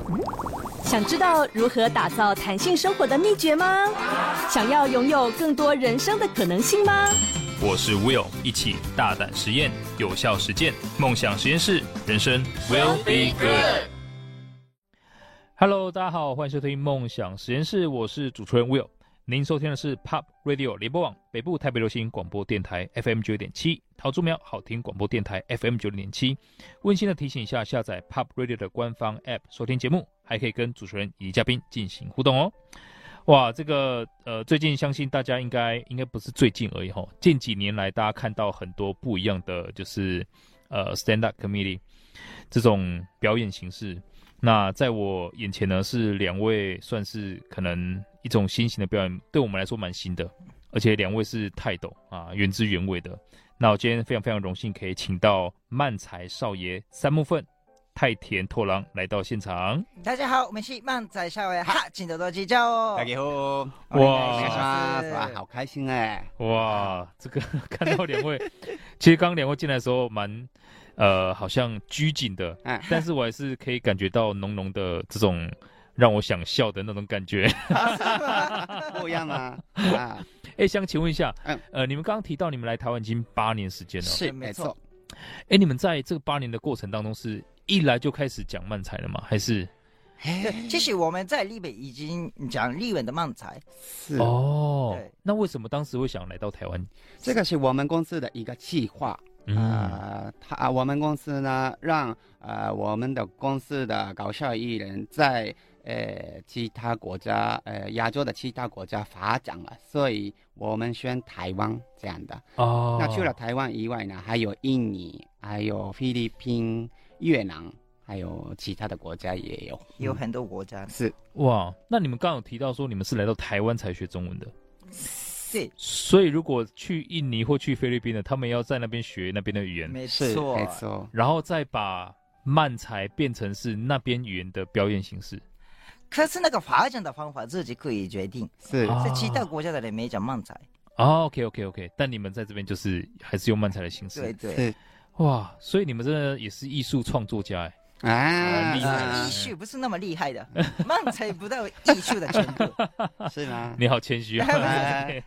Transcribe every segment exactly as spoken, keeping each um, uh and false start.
想知道如何打造弹性生活的秘诀吗？想要拥有更多人生的可能性吗？ 我是 Will， 一起大胆实验，有效实践，梦想实验室，人生 will be good。Hello， 大家好，欢迎收听梦想实验室，我是主持人 Will。您收听的是 Pop Radio 联播网北部台北流行广播电台 F M 九九点七，桃竹苗好听广播电台 F M 九零点七。温馨的提醒一下，下载 Pop Radio 的官方 App 收听节目，还可以跟主持人以及嘉宾进行互动哦。哇，这个呃，最近相信大家应该应该不是最近而已哈，近几年来大家看到很多不一样的就是呃 stand up comedy 这种表演形式。那在我眼前呢是两位算是可能一种新型的表演，对我们来说蛮新的，而且两位是泰斗啊，原汁原味的。那我今天非常非常荣幸可以请到漫才少爷三木份太田拓郎来到现场。 大家好，我们是漫才少爷哈，请多多指教哦。 大家好， 哇， 哇，好开心哎！ 哇，这个看到两位，其实刚刚两位进来的时候蛮。呃，好像拘谨的，嗯，但是我还是可以感觉到浓浓的这种让我想笑的那种感觉。 不一样吗？啊， 哎，想请问一下，嗯，呃，你们刚刚提到你们来台湾已经八年时间了， 是没错。 哎，你们在这个八年的过程当中，是一来就开始讲漫才了吗？还是？ 对，其实我们在日本已经讲日文的漫才。 是哦，那为什么当时会想来到台湾？ 这个是我们公司的一个计划。 嗯、 呃，他我们公司呢，让呃我们的公司的搞笑艺人在呃其他国家，呃亚洲的其他国家发展了，所以我们选台湾这样的。 哦， 那除了台湾以外呢，还有印尼，还有菲律宾、越南，还有其他的国家也有， 有很多国家、 嗯、是。 哇，那你们刚刚有提到说你们是来到台湾才学中文的。 是， 所以如果去印尼或去菲律宾的，他们要在那边学那边的语言， 没错， 没错， 然后再把漫才变成是那边语言的表演形式。 可是那个发展的方法自己可以决定， 是在其他国家的人没讲漫才。 哦 ，OK OK OK， 但你们在这边就是还是用漫才的形式。 对对， 哇，所以你们真的也是艺术创作家哎。 啊， 厉害！艺术不是那么厉害的，漫才不到艺术的程度， 是吗？ 你好谦虚啊！哎，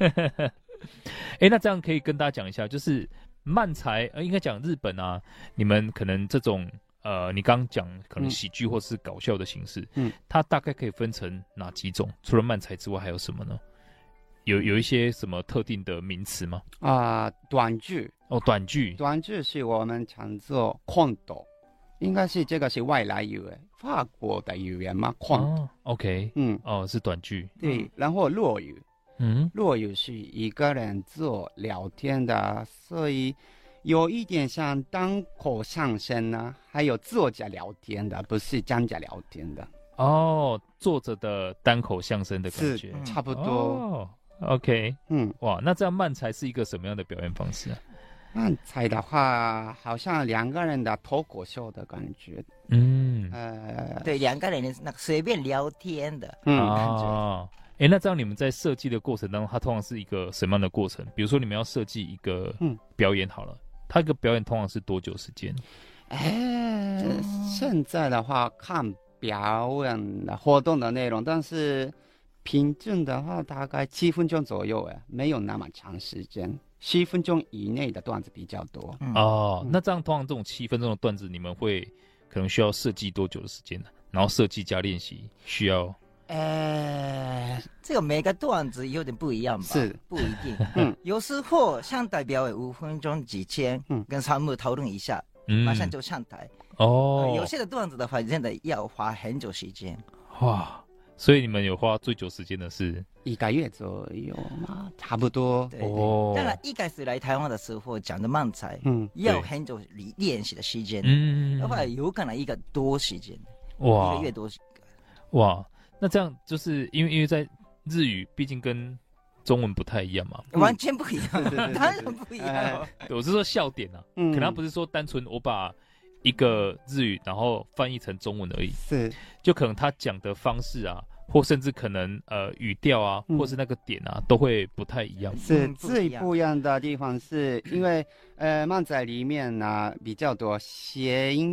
那这样可以跟大家讲一下，就是漫才，呃，应该讲日本啊，你们可能这种呃，你刚刚讲可能喜剧或是搞笑的形式，嗯，它大概可以分成哪几种？除了漫才之外，还有什么呢？有有一些什么特定的名词吗？ 啊、呃，短剧哦，短剧， 短剧是我们常做空斗。应该是这个是外来语言，法国的语言吗？ 哦 ，OK， 嗯， 哦，是短剧。 对，然后落语， 嗯， 落语是一个人做聊天的，所以有一点像单口相声呢，还有作家聊天的，不是讲者聊天的。 哦，作者的单口相声的感觉， 差不多。 哦 ，OK， 嗯， 哇，那这样漫才是一个什么样的表演方式啊？ 漫才的话，好像两个人的脱口秀的感觉。 嗯， 呃，对，两个人那个随便聊天的， 嗯，哦，哎，那这样你们在设计的过程当中，它通常是一个什么样的过程？比如说你们要设计一个表演好了，嗯、它一个表演通常是多久时间？ 哎，现在的话看表演的活动的内容，但是平均的话大概七分钟左右，哎，没有那么长时间。七分钟以内的段子比较多、 嗯、哦、嗯，那这样通常这种七分钟的段子，你们会可能需要设计多久的时间呢？然后设计加练习需要？ 呃，这个每个段子有点不一样吧？ 是不一定。嗯，有时候上台表演五分钟之前，嗯，跟三木讨论一下，嗯，马上就上台。哦、呃，有些的段子的话，真的要花很久时间。 哇！所以你们有花最久时间的是一个月左右嘛，差不多。 对对哦，当然一开始来台湾的时候讲的漫才，嗯，要很久练习的时间，嗯，的话有可能一个多时间，哇，一个月多时间。 哇，那这样就是因为因为在日语毕竟跟中文不太一样嘛， 完全不一样，当然不一样。 哎、我是说笑点啊，嗯，可能不是说单纯我把一个日语然后翻译成中文而已， 是， 就可能他讲的方式啊，或甚至可能呃语调啊、嗯，或是那个点啊，都会不太一样。 是最不一样的地方是因为呃漫才里面呢、啊、比较多谐音的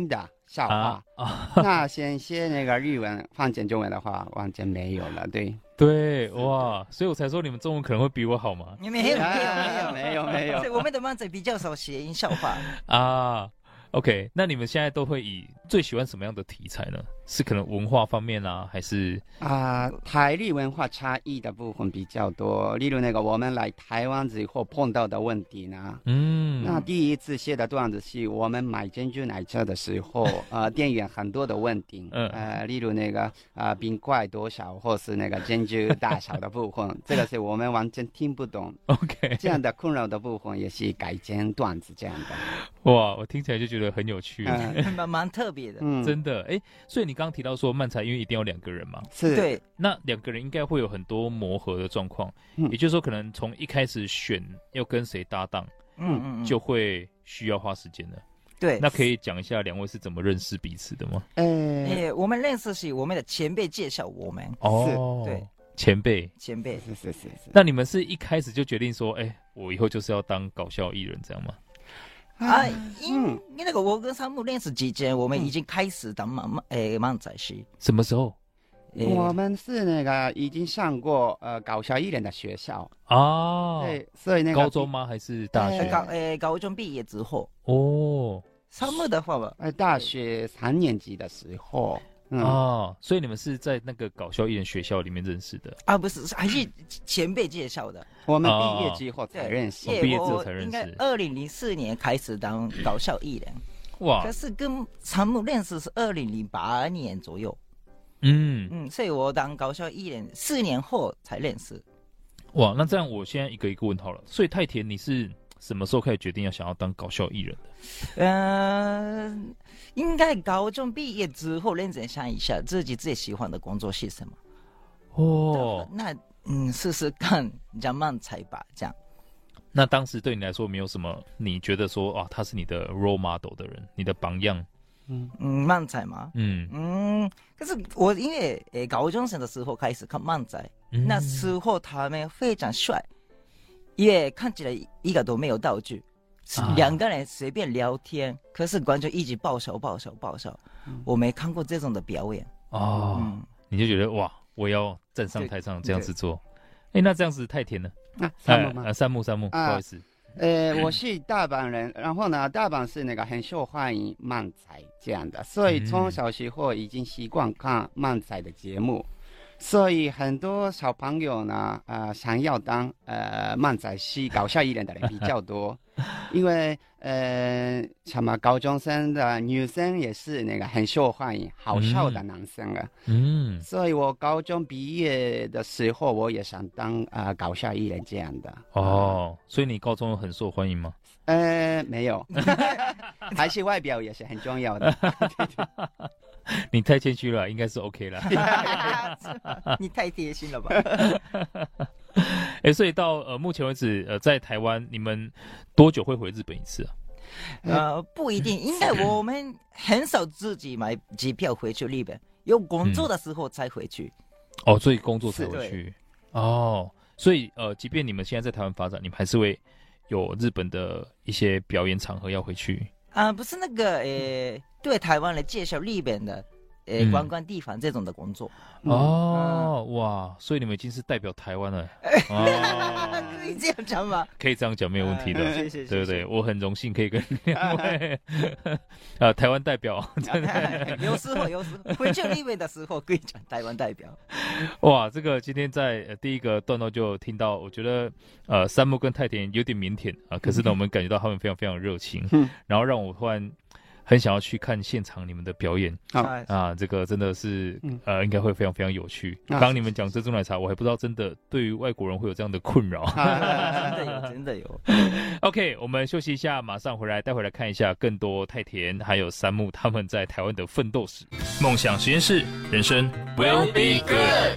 笑话啊。那先学那个日文换成中文的话，完全没有了。对对，哇，所以我才说你们中文可能会比我好嘛。 没有没有没有没有没有， 所以我们的漫才比较少谐音笑话啊。OK， 那你们现在都会以最喜欢什么样的题材呢？是可能文化方面啊，还是啊、呃、台日文化差异的部分比较多？例如那个我们来台湾之后碰到的问题呢？嗯，那第一次写的段子是我们买珍珠奶茶的时候，呃，店员很多的问题，嗯、呃，例如那个呃冰块多少，或是那个珍珠大小的部分，这个是我们完全听不懂。 OK， 这样的困扰的部分也是改成段子这样的。 哇，我听起来就觉得很有趣， 蛮、嗯、蛮特别的， 嗯，真的。哎，所以你刚刚提到说漫才因为一定要两个人嘛， 是对， 那两个人应该会有很多磨合的状况，嗯、也就是说可能从一开始选要跟谁搭档，嗯嗯，就会需要花时间的。 对， 那可以讲一下两位是怎么认识彼此的吗？ 呃、欸，我们认识是我们的前辈介绍我们， 哦， 对， 前辈， 前辈， 是是是是。 那你们是一开始就决定说，哎、欸，我以后就是要当搞笑艺人这样吗？ 啊，因因那个我跟山木认识之前，我们已经开始当漫诶漫才师。 什么时候？ 欸、我们是那个已经上过呃搞笑艺人的学校哦， 对，所以那个高中吗？还是大学？ 高诶高中毕业之后哦。 山木的话吧， 呃，大学三年级的时候。 嗯、哦，所以你们是在那个搞笑艺人学校里面认识的啊？不是，还是前辈介绍的。 我们毕业之后才认识， 哦、毕业之后才认识。 应该二零零四年开始当搞笑艺人， 哇！ 可是跟山木认识是二零零八年左右。 嗯嗯，所以我当搞笑艺人四年后才认识。 哇，那这样我现在一个一个问好了。所以太田，你是什么时候开始决定要想要当搞笑艺人的？ 嗯、呃，应该高中毕业之后认真想一下自己最喜欢的工作是什么。 哦， 那嗯，试试看讲漫才吧，这样。 那当时对你来说，没有什么你觉得说啊，他是你的 role model 的人，你的榜样？ 嗯嗯，漫才吗？嗯嗯，可是我因为诶高中生的时候开始看漫才，嗯、那时候他们非常帅，也看起来一个都没有道具。两、啊、个人随便聊天，可是观众一直爆笑爆笑爆笑、嗯，我没看过这种的表演哦、嗯，你就觉得哇，我要站上台上这样子做，哎，那这样子太甜了啊！山木吗？ 啊，山木山木，不好意思， 呃，我是大阪人，然后呢，大阪是那个很受欢迎漫才这样的，所以从小时候已经习惯看漫才的节目。嗯，所以很多小朋友呢，呃，想要当呃漫才师、搞笑艺人的人比较多，因为呃，什么高中生的女生也是那个很受欢迎、好笑的男生啊。嗯，所以我高中毕业的时候，我也想当啊、呃、搞笑艺人这样的。 哦，所以你高中很受欢迎吗？ 呃，没有，还是外表也是很重要的。对对， 你太谦虚了，应该是 OK 了。 你太贴心了吧？ 哎、欸，所以到呃目前为止，呃，在台湾你们多久会回日本一次啊？ 呃，不一定，应该我们很少自己买机票回去日本，有工作的时候才回去。 嗯、哦，所以工作才回去。哦，所以呃，即便你们现在在台湾发展，你们还是会有日本的一些表演场合要回去。 啊、呃，不是那个，呃，对台湾来介绍日本的，呃、嗯，观光地方这种的工作。 哦、嗯，哇，所以你们已经是代表台湾了。 哦，可以这样讲吗？ 可以这样讲，没有问题的。 谢谢， 对不对？我很荣幸可以跟两位啊台湾代表，真的有时候有时候回去日本的时候可以讲台湾代表。 哇，这个今天在、呃、第一个段落就听到，我觉得呃山木跟太田有点腼腆啊，可是呢我们感觉到他们非常非常热情，嗯，然后让我突然很想要去看现场你们的表演啊啊，这个真的是呃应该会非常非常有趣。刚刚你们讲珍珠奶茶，我还不知道真的对于外国人会有这样的困扰， 真的有真的有。 OK， 我们休息一下，马上回来，待会来看一下更多太田还有山木他们在台湾的奋斗史。梦想实验室，人生 will be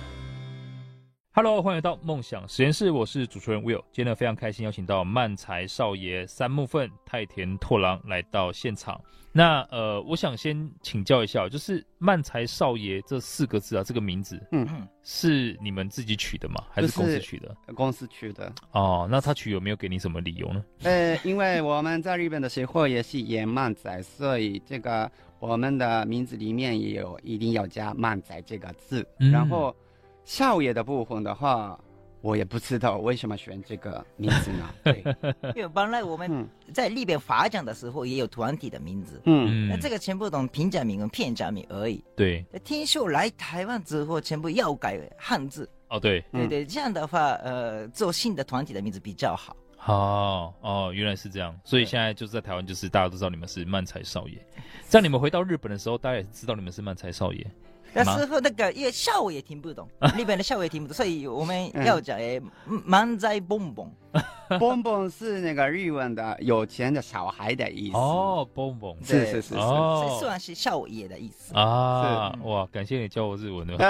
good。Hello， 欢迎来到梦想实验室，我是主持人 Will。今天呢非常开心邀请到漫才少爷三木份太田拓郎来到现场。那呃，我想先请教一下，就是漫才少爷这四个字啊，这个名字，嗯，是你们自己取的吗？还是公司取的？ 公司取的。 哦，那他取有没有给你什么理由呢？ 呃，因为我们在日本的时候也是演漫才，所以这个我们的名字里面也有一定要加漫才这个字， 嗯、 然后少爷的部分的话，我也不知道为什么选这个名字呢？对， 因为本来我们在那边发展的时候也有团体的名字， 嗯， 那这个全部都平假名跟片假名而已。 对， 听说来台湾之后全部要改汉字。 哦，对， 对对，这样的话，呃，做新的团体的名字比较好。 哦哦，原来是这样，所以现在就是在台湾，就是大家都知道你们是漫才少爷。这样你们回到日本的时候，大家也知道你们是漫才少爷。 那时候那个因为校委也听不懂，日本的校委也听不懂，所以我们要讲诶，漫才蹦蹦， 蹦蹦是那个日文的有钱的小孩的意思。 哦，蹦蹦， 是是是是， 所以算是校爷的意思啊。哇，感谢你教我日文了。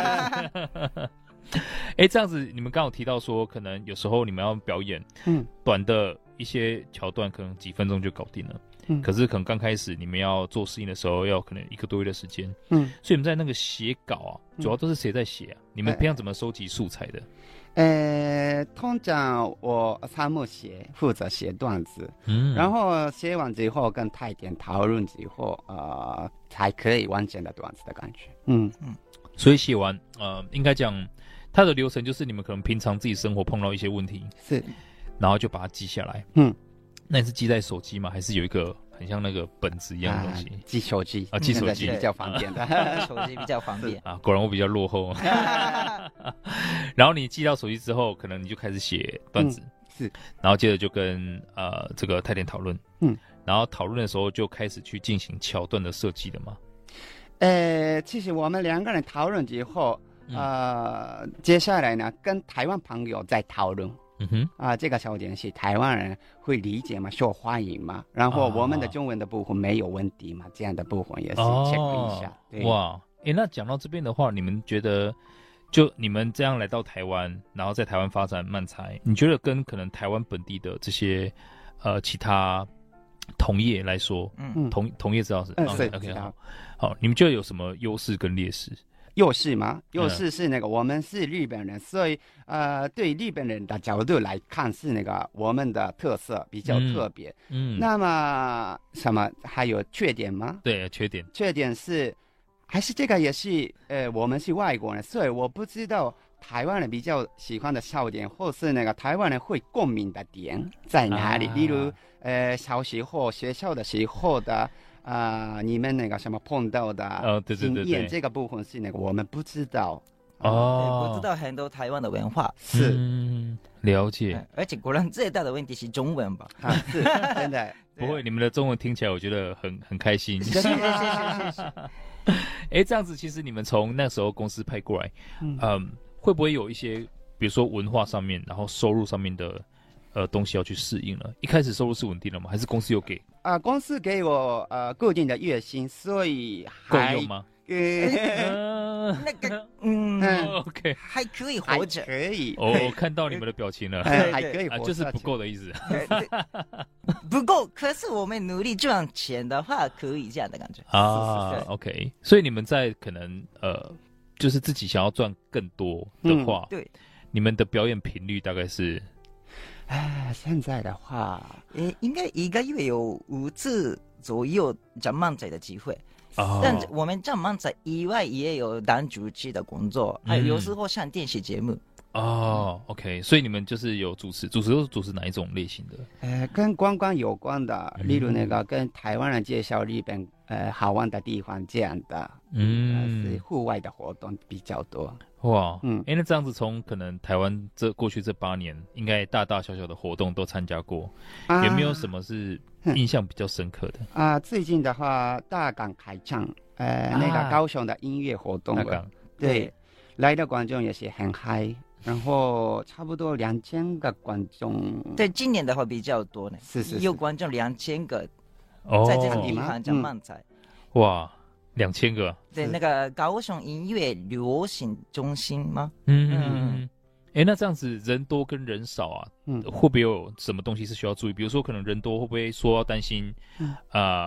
哎，这样子，你们刚刚有提到说，可能有时候你们要表演，嗯，短的一些桥段，可能几分钟就搞定了。嗯，可是可能刚开始你们要做适应的时候，要可能一个多月的时间。嗯，所以你们在那个写稿啊，主要都是谁在写啊？你们平常怎么收集素材的？ 呃，通常我参谋写，负责写段子，嗯，然后写完之后跟太田讨论之后，呃，才可以完整的段子的感觉。嗯嗯， 所以写完，呃，应该讲它的流程就是你们可能平常自己生活碰到一些问题， 是， 然后就把它记下来。嗯。那你是记在手机吗？还是有一个很像那个本子一样的东西？ 啊、记手机啊，记手机比较方便的， 手机比较方便啊。果然我比较落后。然后你记到手机之后，可能你就开始写段子， 嗯、是， 然后接着就跟呃这个太田讨论，嗯，然后讨论的时候就开始去进行桥段的设计了吗？ 呃，其实我们两个人讨论之后，嗯、呃，接下来呢，跟台湾朋友在讨论。嗯哼，啊，这个笑点是台湾人会理解吗？受欢迎吗？然后我们的中文的部分没有问题吗？这样的部分也是 check 一下。 对哇，哎，那讲到这边的话，你们觉得，就你们这样来到台湾，然后在台湾发展漫才，你觉得跟可能台湾本地的这些呃其他同业来说，嗯，同同业知道是？ 嗯，对 ，OK， 好，好，你们觉得有什么优势跟劣势？ 优势吗？优势是那个、嗯、我们是日本人，所以呃，对日本人的角度来看是那个我们的特色比较特别。嗯，嗯那么什么还有缺点吗？ 对，缺点。 缺点是还是这个也是呃，我们是外国人，所以我不知道台湾人比较喜欢的笑点，或是那个台湾人会共鸣的点在哪里？啊、例如呃，小时候学校的时候的。啊、呃，你们那个什么碰到的经验，这个部分是那个我们不知道哦，不知道很多台湾的文化是、 嗯、了解、 嗯，而且果然最大的问题是中文吧？ 啊，是真的不会，你们的中文听起来我觉得很很开心， 谢谢谢谢谢谢。 哎，这样子其实你们从那时候公司派过来，嗯，嗯会不会有一些比如说文化上面，然后收入上面的？呃，东西要去适应了。一开始收入是稳定的吗？还是公司有给？ 啊、呃，公司给我呃固定的月薪，所以够用吗？ 呃，那个嗯、 哦、，OK， 还可以活着， 可以。 哦，我看到你们的表情了， 还可以活着、 啊，就是不够的意思。 不够，可是我们努力赚钱的话，可以这样的感觉啊。OK， 所以你们在可能呃，就是自己想要赚更多的话， 嗯、对， 你们的表演频率大概是？ 哎，现在的话， 诶，应该一个月有五次左右讲漫才的机会。哦、但我们讲漫才以外，也有当主持的工作，还有有时候上电视节目。 哦、嗯、，OK， 所以你们就是有主持，主持都是主持哪一种类型的？ 呃，跟观光有关的，例如那个跟台湾人介绍日本呃好玩的地方这样的，嗯，是户外的活动比较多。 哇，嗯，哎、欸，那这样子从可能台湾这过去这八年，应该大大小小的活动都参加过，啊、有没有什么是印象比较深刻的？ 啊，最近的话，大港开唱，呃，啊、那个高雄的音乐活动了，对，来的观众也是很嗨，然后差不多两千个观众。 对，今年的话比较多呢， 是 是, 是， 有观众两千个， 哦， 在这个地方讲漫才、 嗯，哇。两千个， 对，那个高雄音乐流行中心吗？ 嗯嗯嗯。哎、欸，那这样子人多跟人少啊，嗯，会不会有什么东西是需要注意？比如说，可能人多会不会说要担心，嗯、呃，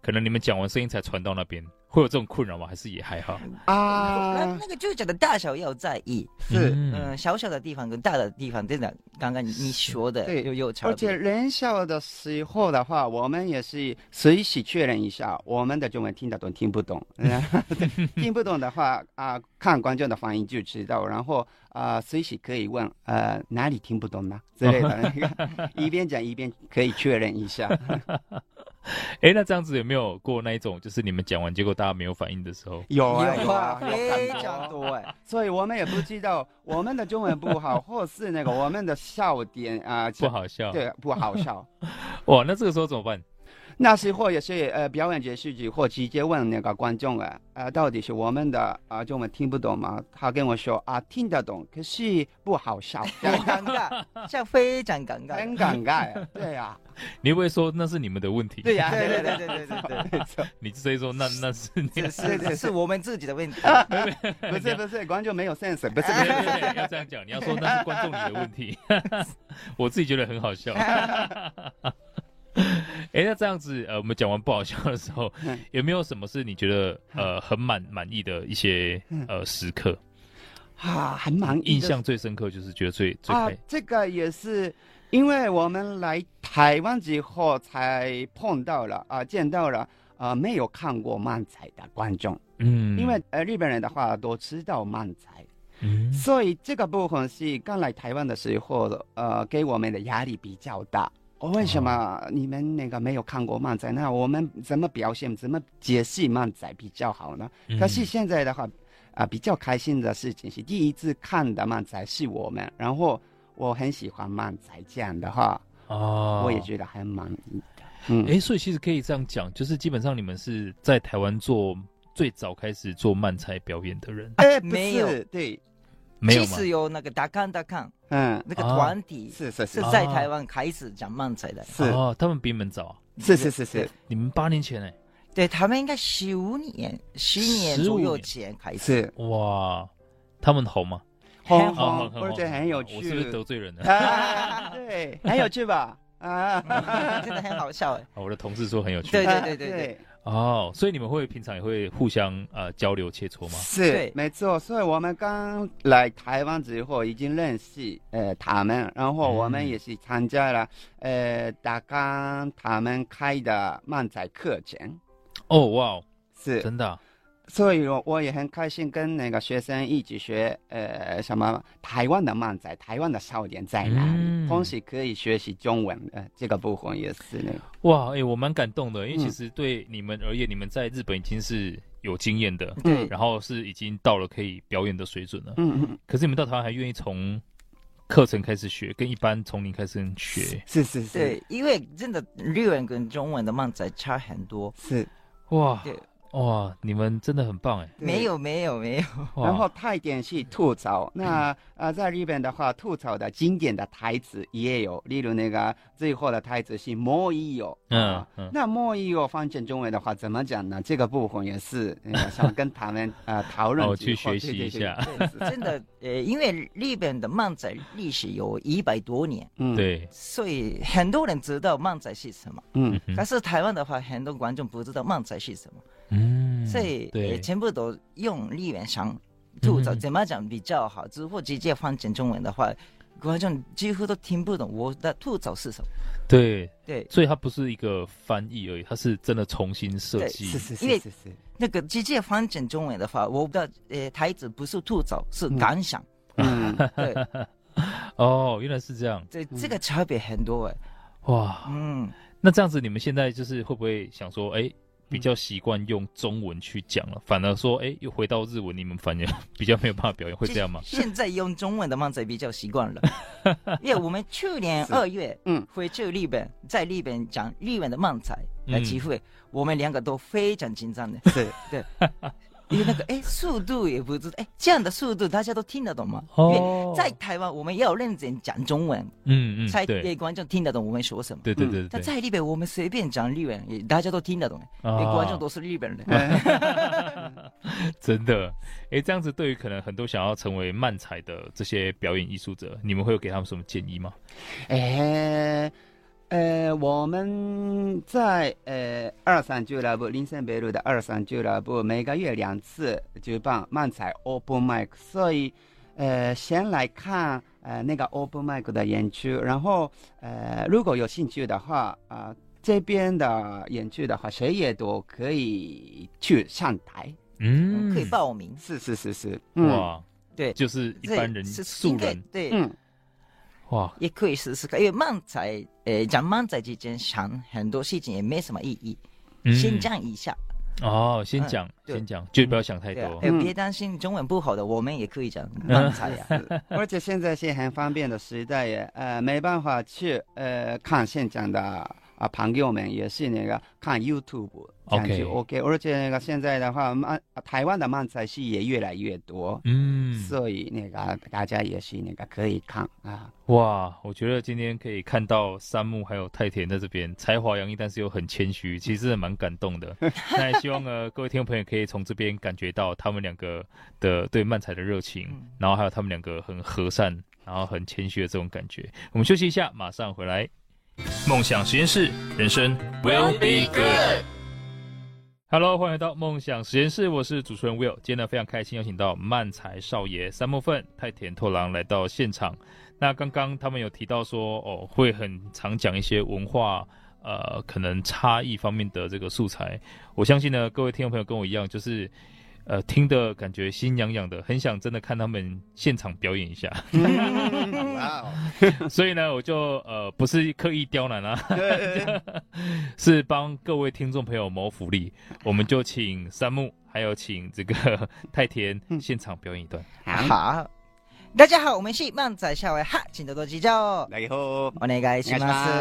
可能你们讲完声音才传到那边，会有这种困扰吗？还是也还好啊？那那个就是讲的大小要在意， 是嗯、呃，小小的地方跟大的地方，真的刚刚你说的对有有差别。 而且人小的时候的话，我们也是随时确认一下我们的中文听得懂听不懂，听不懂的话啊、呃，看观众的反应就知道，然后啊、呃，随时可以问呃哪里听不懂呢之类的，一边讲一边可以确认一下。 哎，那这样子有没有过那一种，就是你们讲完结果大家没有反应的时候？ 有啊， 有啊，非常多哎。 所以我们也不知道我们的中文不好，或是那个我们的笑点啊、呃、 不好笑， 对，不好笑。 哇，那这个时候怎么办？ 那时候也是呃表演结束之后直接问那个观众啊，呃到底是我们的啊、呃、中文听不懂吗？他跟我说啊听得懂，可是不好笑， 很尴尬，这样非常尴尬， 很尴尬、啊。对呀、啊， 你会不会说那是你们的问题？ 对呀、啊， 对对对对对对对对， 你直接说那那是你是是是我们自己的问题， 不是不是观众没有 sense， 不是不是要这样讲，你要说那是观众你的问题，我自己觉得很好笑。哎、欸，那这样子，呃，我们讲完不好笑的时候，嗯、有没有什么是你觉得呃很满满意的一些呃时刻？ 啊，很满意， 印象最深刻就是觉得最最开、 啊。这个也是因为我们来台湾之后才碰到了啊，见到了啊没有看过漫才的观众。嗯，因为呃日本人的话都知道漫才。嗯，所以这个部分是刚来台湾的时候，呃，给我们的压力比较大。为什么你们那个没有看过漫才？那我们怎么表现、怎么解释漫才比较好呢？嗯、可是现在的话，啊、呃，比较开心的事情是第一次看的漫才是我们，然后我很喜欢漫才，这样的话，哦，我也觉得很满意的。 嗯，哎，所以其实可以这样讲，就是基本上你们是在台湾做最早开始做漫才表演的人。 哎， 没有， 对。 没有吗？ 其实有那个达康达康， 嗯， 那个团体、 啊、是是是在台湾开始讲漫才的， 是哦，他们比你们早， 是是是是， 你们八年前哎， 对他们应该十五年、十年左右前开始， 哇，他们红吗？ 红红，而且很有趣， 我是不是得罪人了？ 啊、对，很有趣吧？啊， 真的很好笑哎！ 我的同事说很有趣， 对对对对对。 哦，所以你们会平常也会互相呃交流切磋吗？ 是，没错。所以我们刚来台湾之后已经认识呃他们，然后我们也是参加了、嗯、呃达康他们开的漫才课程。 哦，哇， 是真的、啊。 所以我我也很开心跟那个学生一起学呃什么台湾的漫才，台湾的笑点在哪里，嗯、同时可以学习中文的这个部分也是那个。 哇，哎、欸，我蛮感动的，因为其实对你们而言，嗯、你们在日本已经是有经验的，嗯，然后是已经到了可以表演的水准了，嗯嗯。可是你们到台湾还愿意从课程开始学，跟一般从零开始学， 是是是， 对，因为真的日文跟中文的漫才差很多， 是， 哇。对。哇，你们真的很棒哎！ 没有没有没有。 然后泰典是吐槽，那呃在日本的话，吐槽的经典的台词也有，例如那个最后的台词是もういいよ。嗯嗯。那もういいよ翻成中文的话怎么讲呢？这个部分也是呃想跟他们呃讨论。 哦，去学习一下。 对对对真的呃，因为日本的漫才历史有一百多年， 嗯，对， 所以很多人知道漫才是什么，嗯，可是台湾的话，很多观众不知道漫才是什么。嗯，所以呃全部都用日文想吐槽，怎么讲比较好？之后直接翻成中文的话，观众几乎都听不懂我的吐槽是什么。 对对， 所以它不是一个翻译而已，它是真的重新设计。 是是是， 因为那个直接翻成中文的话，我的呃台词不是吐槽，是感想。嗯，对。 哦，原来是这样。 对，这个差别很多哎。 哇，嗯，那这样子你们现在就是会不会想说，哎？比较习惯用中文去讲了，反而说，哎，又回到日文，你们反而比较没有办法表演，会这样吗？ 现在用中文的漫才比较习惯了，因为我们去年二月，嗯，回去日本，在日本讲日文的漫才的机会，嗯、我们两个都非常紧张的， 是， 对。因为那个哎速度也不知道哎这样的速度大家都听得懂吗？哦、因为在台湾我们要认真讲中文，嗯嗯，才给观众听得懂我们说什么。 对对对对。 但在日本我们随便讲日文，大家都听得懂，因为观众都是日本人。 真的，哎，这样子对于可能很多想要成为漫才的这些表演艺术者，你们会有给他们什么建议吗？ 哎。 呃，我们在呃二三俱乐部林森北路的二三俱乐部每个月两次举办漫才 open mic， 所以呃先来看呃那个 open mic 的演出，然后呃如果有兴趣的话啊、呃、这边的演出的话，谁也都可以去上台， 嗯，可以报名， 是是是是， 嗯、哇， 对， 就是一般人素人， 对， 嗯。 哇，也可以试试看，因为漫才，呃，讲漫才之间想很多事情也没什么意义，嗯、先讲一下。 哦，先讲，嗯、先讲，就不要想太多。 哎、嗯，别担心中文不好的，我们也可以讲漫才呀、 啊。而且现在是很方便的时代耶，呃，没办法去呃看现场的啊朋友们也是那个看 YouTube。OK OK， 而且那个现在的话，漫台湾的漫才戏也越来越多，嗯，所以那个大家也是那个可以看啊。 哇，我觉得今天可以看到山木还有太田在这边才华洋溢，但是又很谦虚，其实真的蛮感动的。那也希望呢，各位听众朋友可以从这边感觉到他们两个的对漫才的热情，然后还有他们两个很和善，然后很谦虚的这种感觉。我们休息一下，马上回来。梦想实验室，人生 will be good。Hello， 欢迎来到梦想实验室，我是主持人 Will。今天呢，非常开心邀请到漫才少爷三木份、太田拓郎来到现场。那刚刚他们有提到说，哦，会很常讲一些文化呃可能差异方面的这个素材。我相信呢，各位听众朋友跟我一样，就是呃听的感觉心痒痒的，很想真的看他们现场表演一下。所以呢，我就呃不是刻意刁难啊，是帮各位听众朋友谋福利。我们就请三木，还有请这个太田现场表演一段。 好，大家好，我们是漫才少爷哈，请多多指教。 大家好， お願いします。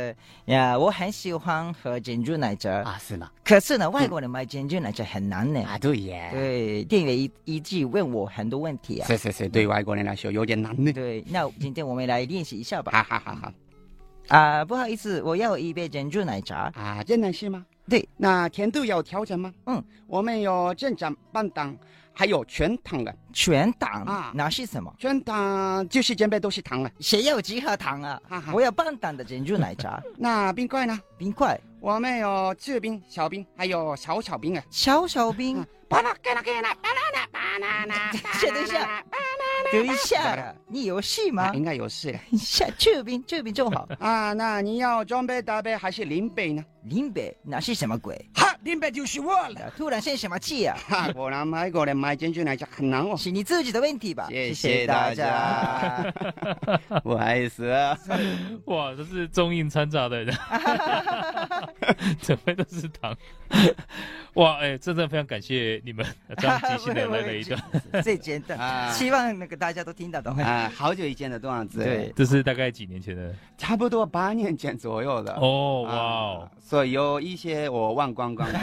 呀，我很喜欢喝珍珠奶茶啊，是吗？ 可是呢，外国人买珍珠奶茶很难呢。 啊，对耶。 对，店员一一直问我很多问题啊。 是是是，对外国人来说有点难呢。 对，那今天我们来练习一下吧。 好好好好。 啊，不好意思，我要一杯珍珠奶茶。 啊，真的是吗？ 对， 那甜度有调整吗？ 嗯， 我们有正常、半糖，还有全糖的。 全糖啊？ 那是什么？ 全糖就是全部都是糖了。 谁要几盒糖啊？哈哈，我要半糖的珍珠奶茶。 那冰块呢？ 冰块， 我们有制冰、小冰，还有小小冰啊。 小小冰。 巴拉巴拉巴拉巴拉巴拉巴拉。 等一下，等一下，你有事吗？ 应该有事了。 下制冰，制冰就好啊。那你要中杯、大杯还是零杯呢？ 零杯，那是什么鬼？ 哈，零杯就是我了。 突然生什么气啊？ 哈，果然外国人买珍珠奶茶很难哦。 是你自己的问题吧？ 谢谢大家。不好意思啊。 哇，这是中印掺杂的人，整杯都是糖。哇，哎、欸，真的非常感谢你们这样即兴的来了一段， 最简单啊，希望那个大家都听得懂啊。好久以前的段子， 对， 这是大概几年前的， 差不多八年前左右的。 哦，哇哦、 啊，所以有一些我忘光光了。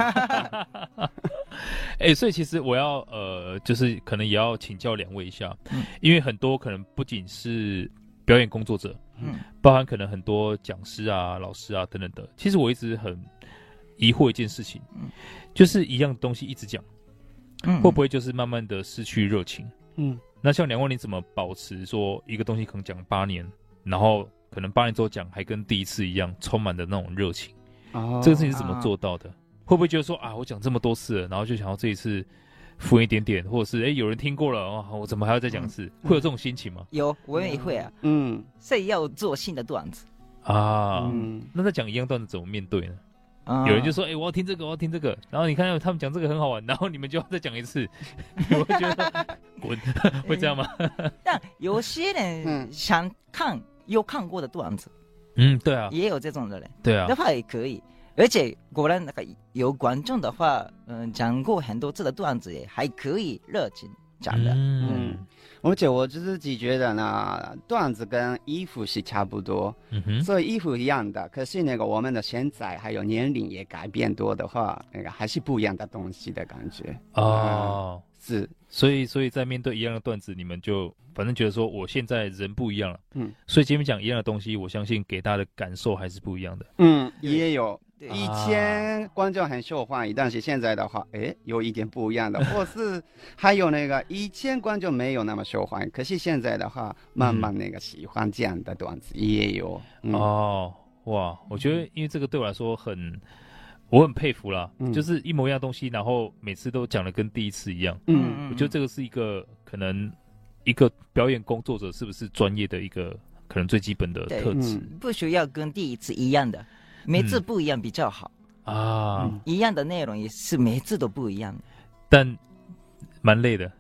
哎、欸，所以其实我要呃，就是可能也要请教两位一下，嗯、因为很多可能不仅是表演工作者，嗯，包含可能很多讲师啊、老师啊等等的。其实我一直很疑惑一件事情，嗯，就是一样的东西一直讲，嗯，会不会就是慢慢的失去热情？嗯，那像两位你怎么保持说一个东西可能讲八年，然后可能八年之后讲还跟第一次一样，充满的那种热情？哦，这个事情是怎么做到的？啊、会不会觉得说啊，我讲这么多次了，然后就想要这一次敷一点点，或者是哎有人听过了啊，我怎么还要再讲一次？嗯、会有这种心情吗？ 有，我也会啊。嗯，所以要做新的段子啊。嗯，那在讲一样段子怎么面对呢？啊、有人就说：“哎、欸，我要听这个，我要听这个。”然后你看他们讲这个很好玩，然后你们就要再讲一次，我会觉得滚，会这样吗？ 但有些人想看有看过的段子， 嗯，对啊， 也有这种的人， 对啊， 的话也可以。而且果然那个有观众的话，嗯，讲过很多次的段子也还可以热情讲的，嗯。 嗯，而且我自己觉得呢，段子跟衣服是差不多，嗯哼，所以衣服一样的，可是那个我们的现在还有年龄也改变多的话，那个还是不一样的东西的感觉哦、嗯， 是， 所以所以在面对一样的段子，你们就反正觉得说我现在人不一样了，嗯，所以前面讲一样的东西，我相信给大家的感受还是不一样的， 嗯，也有。以前观众很受欢迎，但是现在的话，哎，有一点不一样的，或是还有那个以前观众没有那么受欢迎，可是现在的话，慢慢那个喜欢这样的段子也有。嗯、 哦， 哇，我觉得因为这个对我来说很，我很佩服啦，嗯、就是一模一样东西，然后每次都讲的跟第一次一样。嗯，我觉得这个是一个可能一个表演工作者是不是专业的一个可能最基本的特质、 嗯，不需要跟第一次一样的，每次不一样比较好、嗯、啊、嗯。一样的内容也是每次都不一样的， 但蛮累的。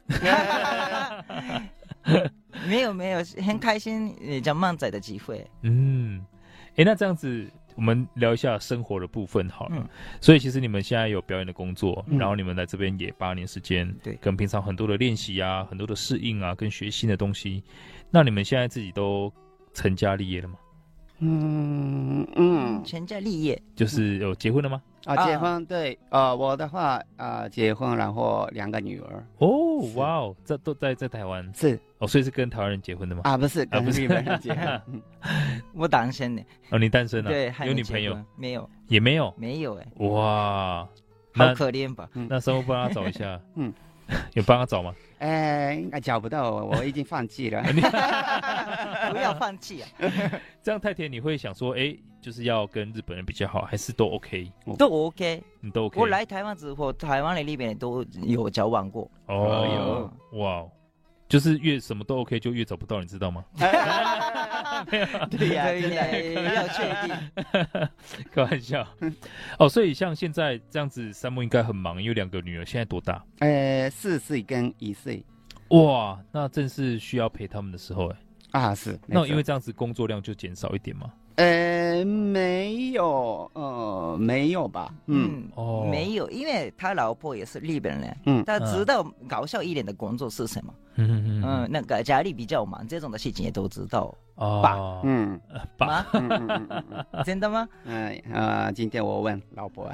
没有没有，很开心讲漫才的机会。 嗯，哎，那这样子，我们聊一下生活的部分好了。嗯、所以其实你们现在有表演的工作，嗯、然后你们来这边也八年时间，对，跟平常很多的练习啊，很多的适应啊，跟学新的东西。那你们现在自己都成家立业了吗？ 嗯嗯，成家立业就是有结婚了吗？ 啊，结婚对，呃，我的话啊、呃，结婚，然后两个女儿。 哦，哇哦，这都在在台湾是哦，所以是跟台湾人结婚的吗？ 啊，不是，跟日本人结婚。 我单身呢。 哦，你单身啊？ 对， 有女朋友？ 没有， 也没有， 没有哎、 欸。哇， 好可怜吧？ 那生活帮他找一下。嗯。有帮他找吗？ 哎，应该找不到，我已经放弃了。 不要放弃啊！ 这样太田，你会想说，哎，就是要跟日本人比较好，还是都 OK？ 都 OK， 你都 OK。 我来台湾之后，台湾的那边都有交往过。 哦，哇，就是越什么都 OK， 就越找不到，你知道吗？ 对呀、啊，对呀，要确定。 开玩笑。哦，所以像现在这样子，山木应该很忙，因为两个女儿现在多大？ 呃，四岁跟一岁。 哇，那正是需要陪他们的时候哎。 啊，是。 那因为这样子工作量就减少一点吗？ 呃，没有，呃，没有吧？ 嗯，哦，没有，因为他老婆也是日本人，嗯，他知道搞笑一点的工作是什么，嗯嗯嗯，那个家里比较忙，这种的事情也都知道。 哦， 嗯， 爸，嗯嗯嗯嗯，真的吗？ 嗯啊、呃，今天我问老婆。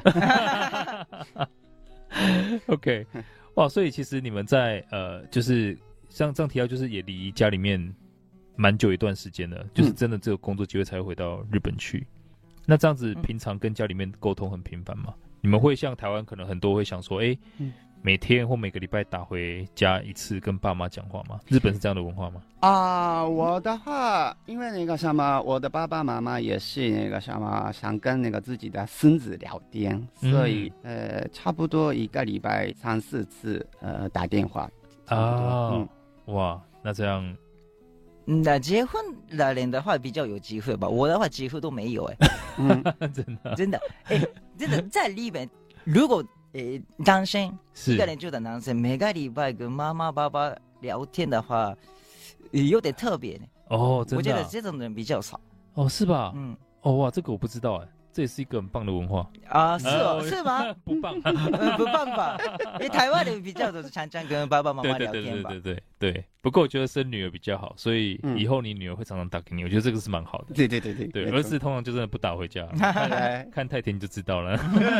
OK， 哇，所以其实你们在呃，就是像这样提到，就是也离家里面蛮久一段时间了，就是真的只有工作机会才会回到日本去。嗯、那这样子平常跟家里面沟通很频繁吗？你们会像台湾可能很多会想说，哎、欸，嗯、每天或每个礼拜打回家一次跟爸妈讲话吗？日本是这样的文化吗？ 啊、呃，我的话，因为那个什么，我的爸爸妈妈也是那个什么，想跟那个自己的孙子聊天，嗯、所以呃，差不多一个礼拜三四次呃打电话。 啊，嗯、哇，那这样。 那结婚的人的话比较有机会吧，我的话几乎都没有哎、欸。 嗯，真的真的哎、欸，真的在日本，如果呃单身一个人住的男生，每个礼拜跟妈妈爸爸聊天的话，有点特别呢。 哦，真的、啊， 我觉得这种人比较少。 哦，是吧？嗯，哦哇，这个我不知道哎。这也是一个很棒的文化啊！是哦，是吗？ 不棒， 不棒吧？因为台湾人比较就是常常跟爸爸妈妈聊天吧。 对对对对对。不过我觉得生女儿比较好，所以以后你女儿会常常打给你，我觉得这个是蛮好的。 对对对对对，儿子通常就真的不打回家，看太田就知道了。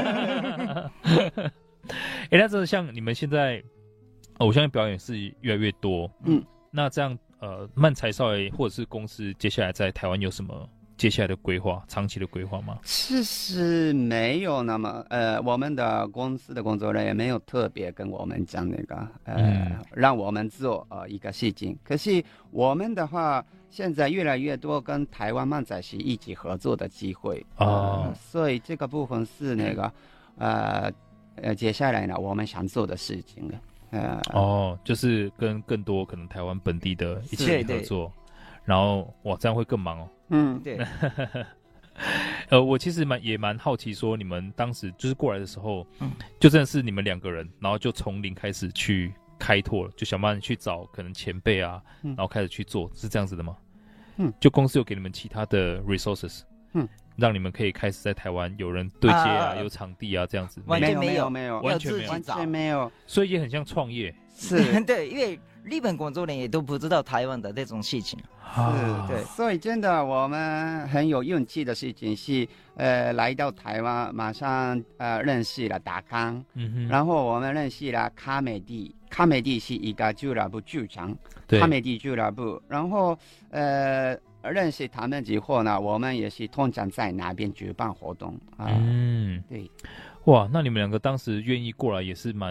哎，那真的像你们现在，我相信表演是越来越多。嗯，那这样呃，漫才少爷或者是公司接下来在台湾有什么？接下来的规划，长期的规划吗？ 其实没有那么，呃，我们的公司的工作人员没有特别跟我们讲那个，呃，嗯、让我们做呃一个事情。可是我们的话，现在越来越多跟台湾漫才师一起合作的机会啊、哦呃，所以这个部分是那个，呃呃，接下来呢，我们想做的事情了。呃， 哦，就是跟更多可能台湾本地的一起合作。然后哇，这样会更忙哦。 嗯，对。 呃，我其实蛮也蛮好奇，说你们当时就是过来的时候，嗯，就真的是你们两个人，然后就从零开始去开拓了，就想办法去找可能前辈啊，嗯、然后开始去做，是这样子的吗？嗯，就公司有给你们其他的 resources， 嗯，让你们可以开始在台湾有人对接啊，啊有场地啊这样子。 完全没有没有完全没有完全没有， 所以也很像创业。 是对，因为日本工作人也都不知道台湾的这种事情。 是，对，所以真的我们很有运气的事情是，呃，来到台湾马上呃认识了达康，嗯哼，然后我们认识了卡美蒂，卡美蒂是一个俱乐部剧场，卡美蒂俱乐部，然后呃认识他们之后呢，我们也是通常在那边举办活动啊，呃、嗯，对， 哇，那你们两个当时愿意过来也是蛮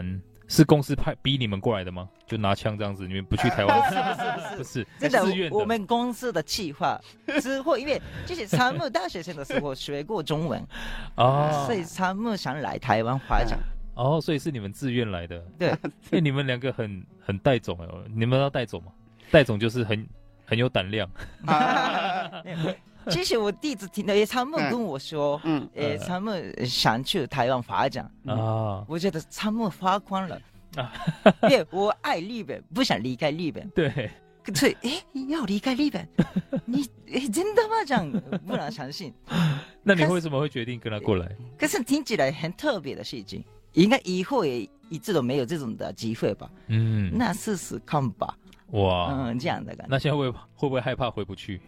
是公司派逼你们过来的吗？就拿枪这样子，你们不去台湾？ 不是不是不是不是， 真的自愿的。 我们公司的计划之后，因为就是参谋大学生的时候学过中文，哦，所以参谋想来台湾发展。 哦，所以是你们自愿来的。 对， 因为你们两个很很带种哎，你们要带种吗？带种就是很很有胆量。 其实我第一次听到参谋跟我说，嗯，诶，参谋想去台湾发展啊，我觉得参谋发光了啊，因为我爱日本，不想离开日本。 对， 所以诶，要离开日本，你诶真的吗？这样不能相信。 那你为什么会决定跟他过来？ 可是听起来很特别的事情，应该以后也一直都没有这种的机会吧？嗯，那试试看吧。哇，嗯，这样的感觉。 那现在会会不会害怕回不去？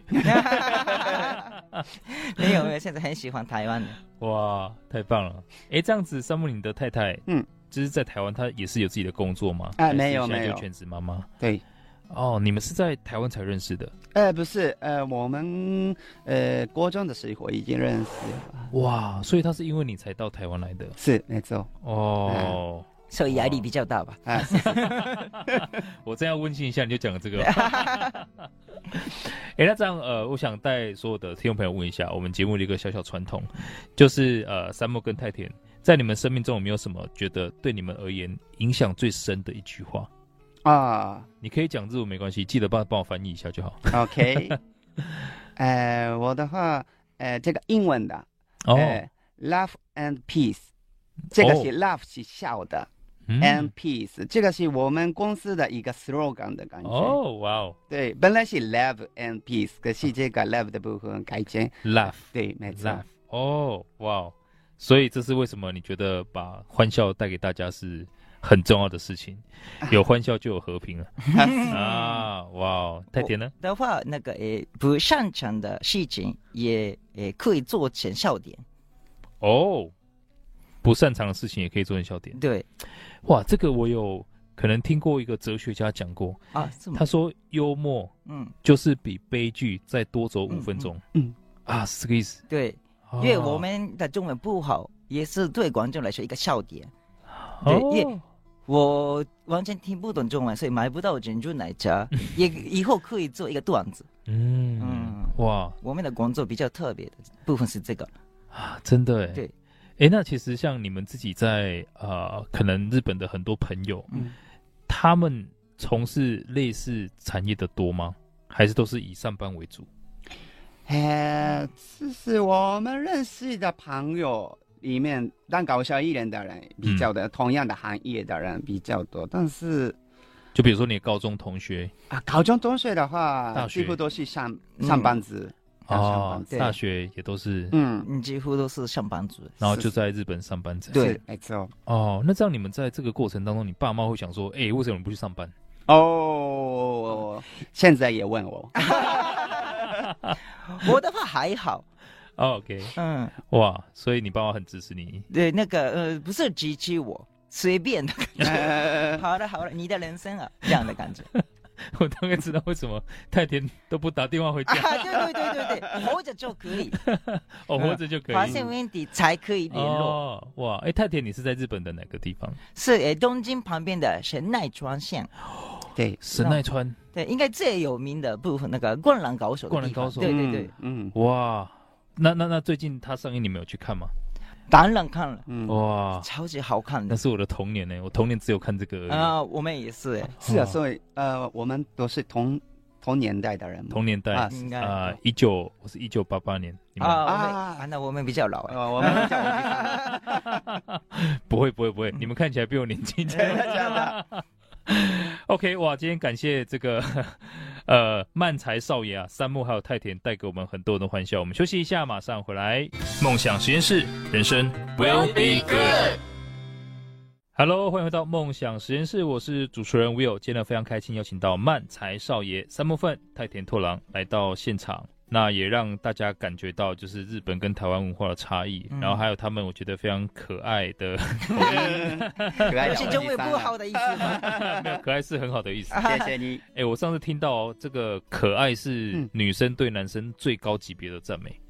没有没有，现在很喜欢台湾的。 哇，太棒了！哎，这样子，山姆你的太太，嗯，就是在台湾，她也是有自己的工作吗？ 哎，没有没有， 就全职妈妈。 对。 哦，你们是在台湾才认识的？ 呃，不是，呃，我们呃国中的时候已经认识了。 哇，所以她是因为你才到台湾来的？ 是，没错。 哦。 所以压力比较大吧？啊， 我这样温馨一下，你就讲了这个。哎、欸，那这样呃，我想带所有的听众朋友问一下，我们节目的一个小小传统，就是呃，山木跟太田在你们生命中有没有什么觉得对你们而言影响最深的一句话啊？你可以讲日文没关系，记得帮帮我翻译一下就好。 OK， 呃，我的话，呃，这个英文的，哦、呃、，Love and Peace， 这个是 Love 是笑的。And peace， 这个是我们公司的一个 slogan 的感觉。 哦，哇哦！ 对，本来是 love and peace， 可是这个 love 的部分改成 love。 对，没错。 哦，哇哦！所以这是为什么你觉得把欢笑带给大家是很重要的事情？有欢笑就有和平了。啊，哇哦！太甜了。 的话，那个诶不擅长的事情也诶可以做成笑点。 哦。不擅长的事情也可以做成笑点。 对， 哇，这个我有可能听过一个哲学家讲过啊，他说幽默，嗯，就是比悲剧再多走五分钟，嗯, 嗯啊，是这个意思。 对，因为我们的中文不好，也是对观众来说一个笑点。对，哦、因为我完全听不懂中文，所以买不到珍珠奶茶，也以后可以做一个段子。嗯嗯，哇，我们的工作比较特别的部分是这个啊，真的哎， 对。 哎，那其实像你们自己在呃，可能日本的很多朋友，嗯，他们从事类似产业的多吗？还是都是以上班为主？ 呃，其实我们认识的朋友里面，当搞笑艺人的人比较的，嗯、同样的行业的人比较多，但是， 就比如说你的高中同学啊，高中同学的话，大学几乎都是上上班族。嗯哦，大学也都是， 嗯，几乎都是上班族， 然后就在日本上班这样。对，没错。 哦，那这样你们在这个过程当中，你爸妈会想说，哎、欸，为什么你不去上班？ 哦，现在也问我， 我的话还好。 哦、OK， 嗯，哇，所以你爸妈很支持你。 对，那个呃，不是支持我，随便的感觉。好了好了，你的人生啊，这样的感觉。 我大概知道为什么太田都不打电话回家。 啊、对对对对对，活着就可以。 哦，活着就可以。 发现问题才可以联络。 哦，哇，哎，太田，你是在日本的哪个地方？ 是诶，东京旁边的神奈川县。 对， 神奈川。 对，应该最有名的部分那个《灌篮高手》的地方。 灌篮高手。 对对对， 嗯，哇，那那那最近他上映，你们有去看吗？ 当然看了， 嗯、哇， 超级好看的。 那是我的童年呢，我童年只有看这个而已。 啊、呃，我们也是哎， 是啊，所以呃，我们都是同同年代的人， 同年代啊，应该啊，一九，我是一九八八年，你们啊啊，那我们比较老哎、 呃，我们比较不会不会不会，你们看起来比我年轻，真的假的？OK， 哇，今天感谢这个呃漫才少爷啊，山木还有太田带给我们很多的欢笑。我们休息一下，马上回来。梦想实验室，人生 will be good。Hello， 欢迎回到梦想实验室，我是主持人 Will。今天非常开心，邀请到漫才少爷三木份太田拓郎来到现场。那也让大家感觉到就是日本跟台湾文化的差异，嗯、然后还有他们我觉得非常可爱的口音， 可爱是中文不好的意思吗？ 没有，可爱是很好的意思。 谢谢你。 哎、欸，我上次听到、哦、这个可爱是女生对男生最高级别的赞美。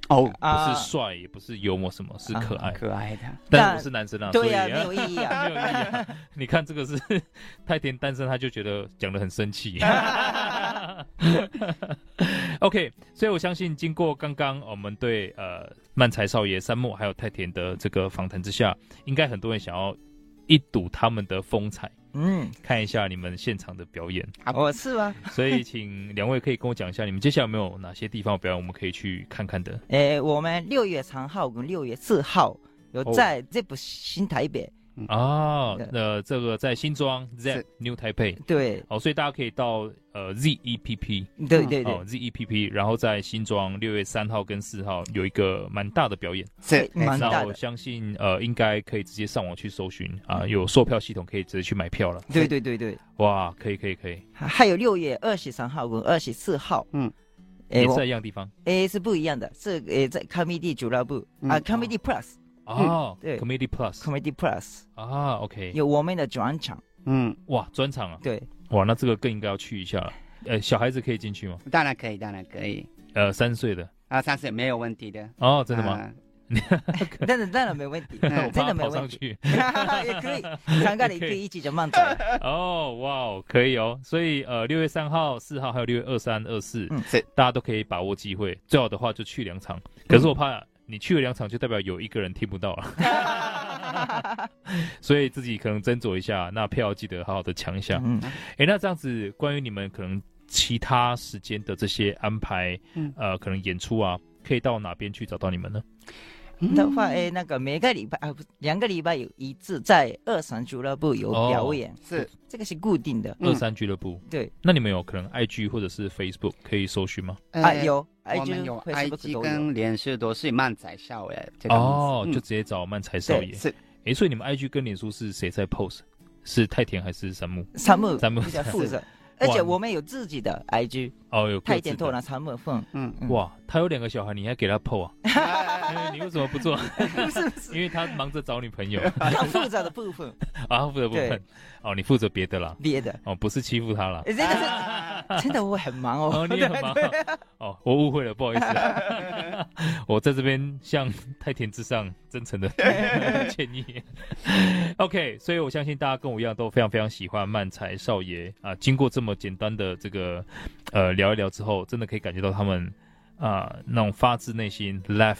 哦， 不是帅，也不是幽默，什么是可爱， 可爱的。 但是我是男生啊， 对呀， 所以没有意义啊， 没有意义啊。你看这个是太田单身，他就觉得讲得很生气。OK， 所以我相信经过刚刚我们对呃漫才少爷三木还有太田的这个访谈之下，应该很多人想要一睹他们的风采。嗯，看一下你们现场的表演。 哦，是吗？ 所以请两位可以跟我讲一下，你们接下来有没有哪些地方表演我们可以去看看的？ 诶，我们六月三号跟六月四号有在这部新台北。 啊，呃，这个在新庄 Z New Taipei， 对， 哦，所以大家可以到呃 Z E P P， 对对对、 哦、，Z E P P， 然后在新庄六月三号跟四号有一个蛮大的表演， 是蛮大的。 那我相信呃应该可以直接上网去搜寻啊、呃，有售票系统可以直接去买票了。 对对对对， 哇，可以可以可以。 还有六月二十三号跟二十四号，嗯， 也是在一样地方， 诶是不一样的，是诶在 Comedy 俱乐部啊 ，Comedy Plus。 哦，对 ，Comedy Plus，Comedy Plus 啊 ，OK， 有我们的专场， 嗯，哇，专场啊， 对， 哇，那这个更应该要去一下了。呃，小孩子可以进去吗？ 当然可以，当然可以。 呃，三岁的啊，三岁没有问题的。 哦，真的吗？ 当然当然没问题，真的没问题，也可以，参加你可以一起就漫才。 哦，哇，可以哦。所以呃，六月三号、四号还有六月二三、二四，嗯，大家都可以把握机会。最好的话就去两场，可是我怕。你去了两场，就代表有一个人听不到了，所以自己可能斟酌一下，那票记得好好的抢一下。嗯，哎，那这样子，关于你们可能其他时间的这些安排，嗯、呃，可能演出啊，可以到哪边去找到你们呢？ 的话，哎，那个每个礼拜啊，两个礼拜有一次在二三俱乐部有表演，哦、 是这个是固定的。 二三俱乐部， 对。 那你们有可能 I G 或者是 Facebook 可以搜寻吗？ 啊，有。 我们有 I G 跟脸书都是漫才少爷。 哦，就直接找漫才少爷。 是。 哎，所以你们 I G 跟脸书是谁在 post？ 是太田还是三木？ 三木， 三木比较负责。而且我们有自己的 I G 哦，有太田拓郎三木凤， 嗯，哇，他有两个小孩，你还给他 po 啊？你为什么不做？ 不是，不是， 因为他忙着找女朋友。 他负责的部分啊，负责部分哦，你负责别的啦， 别的哦，不是欺负他啦。 真的是，真的我很忙哦。 哦，你也很忙哦，我误会了，不好意思。我在这边向太田之上真诚的歉意。OK， 所以我相信大家跟我一样都非常非常喜欢漫才少爷啊。经过这么简单的这个呃聊一聊之后，真的可以感觉到他们啊那种发自内心 laugh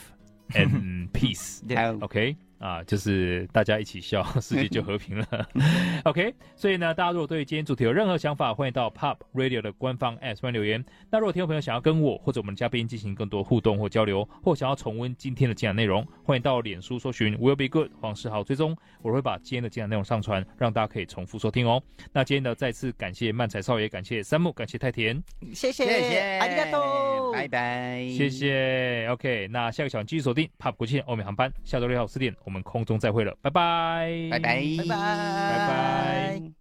and peace。OK。啊，就是大家一起笑，世界就和平了。OK， 所以呢，大家如果对今天主题有任何想法，欢迎到 Pop Radio 的官方 App 上留言。那如果听众朋友想要跟我或者我们嘉宾进行更多互动或交流，或想要重温今天的精彩内容，欢迎到脸书搜寻 Will Be Good 黄世豪追踪，我会把今天的精彩内容上传，让大家可以重复收听哦。那今天呢，再次感谢漫才少爷，感谢三木，感谢太田， 谢谢，谢谢，ありがとう， 拜拜， 谢谢。OK， 那下个小时继续锁定 Pop 国际线欧美航班，下周六下午四点。我们空中再会了，拜拜， 拜拜， 拜拜， 拜拜。